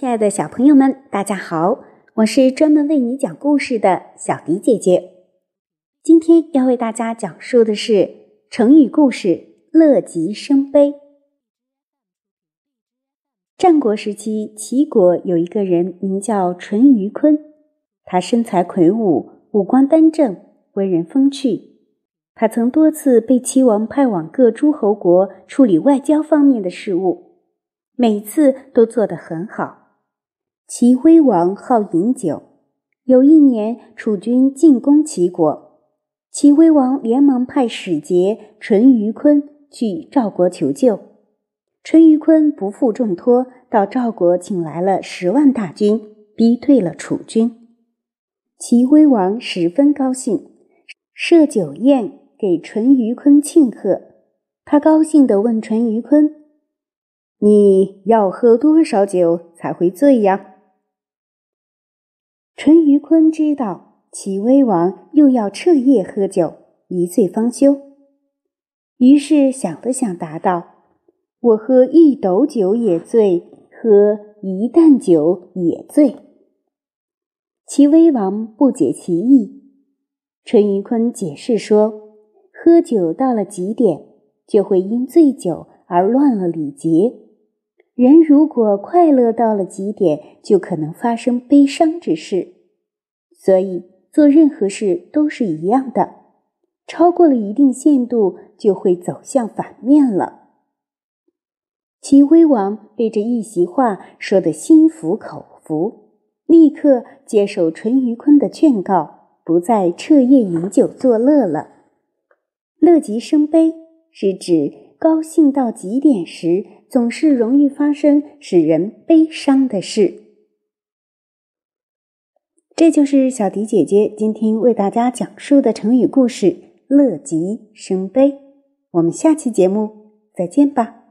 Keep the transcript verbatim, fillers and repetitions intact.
亲爱的小朋友们，大家好，我是专门为你讲故事的小迪姐姐。今天要为大家讲述的是成语故事乐极生悲。战国时期，齐国有一个人名叫淳于髡，他身材魁梧，五官端正，为人风趣。他曾多次被齐王派往各诸侯国处理外交方面的事务，每次都做得很好。齐威王好饮酒，有一年楚军进攻齐国，齐威王连忙派使节淳于髡去赵国求救。淳于髡不负重托，到赵国请来了十万大军，逼退了楚军。齐威王十分高兴，设酒宴给淳于髡庆贺。他高兴地问淳于髡：“你要喝多少酒才会醉呀？”淳于髡知道齐威王又要彻夜喝酒，一醉方休，于是想了想答道：“我喝一斗酒也醉，喝一担酒也醉。”齐威王不解其意。淳于髡解释说，喝酒到了极点，就会因醉酒而乱了礼节。人如果快乐到了极点，就可能发生悲伤之事。所以做任何事都是一样的，超过了一定限度，就会走向反面了。齐威王被这一席话说得心服口服，立刻接受淳于髡的劝告，不再彻夜饮酒作乐了。乐极生悲是指高兴到极点时，总是容易发生使人悲伤的事。这就是小迪姐姐今天为大家讲述的成语故事乐极生悲。我们下期节目再见吧。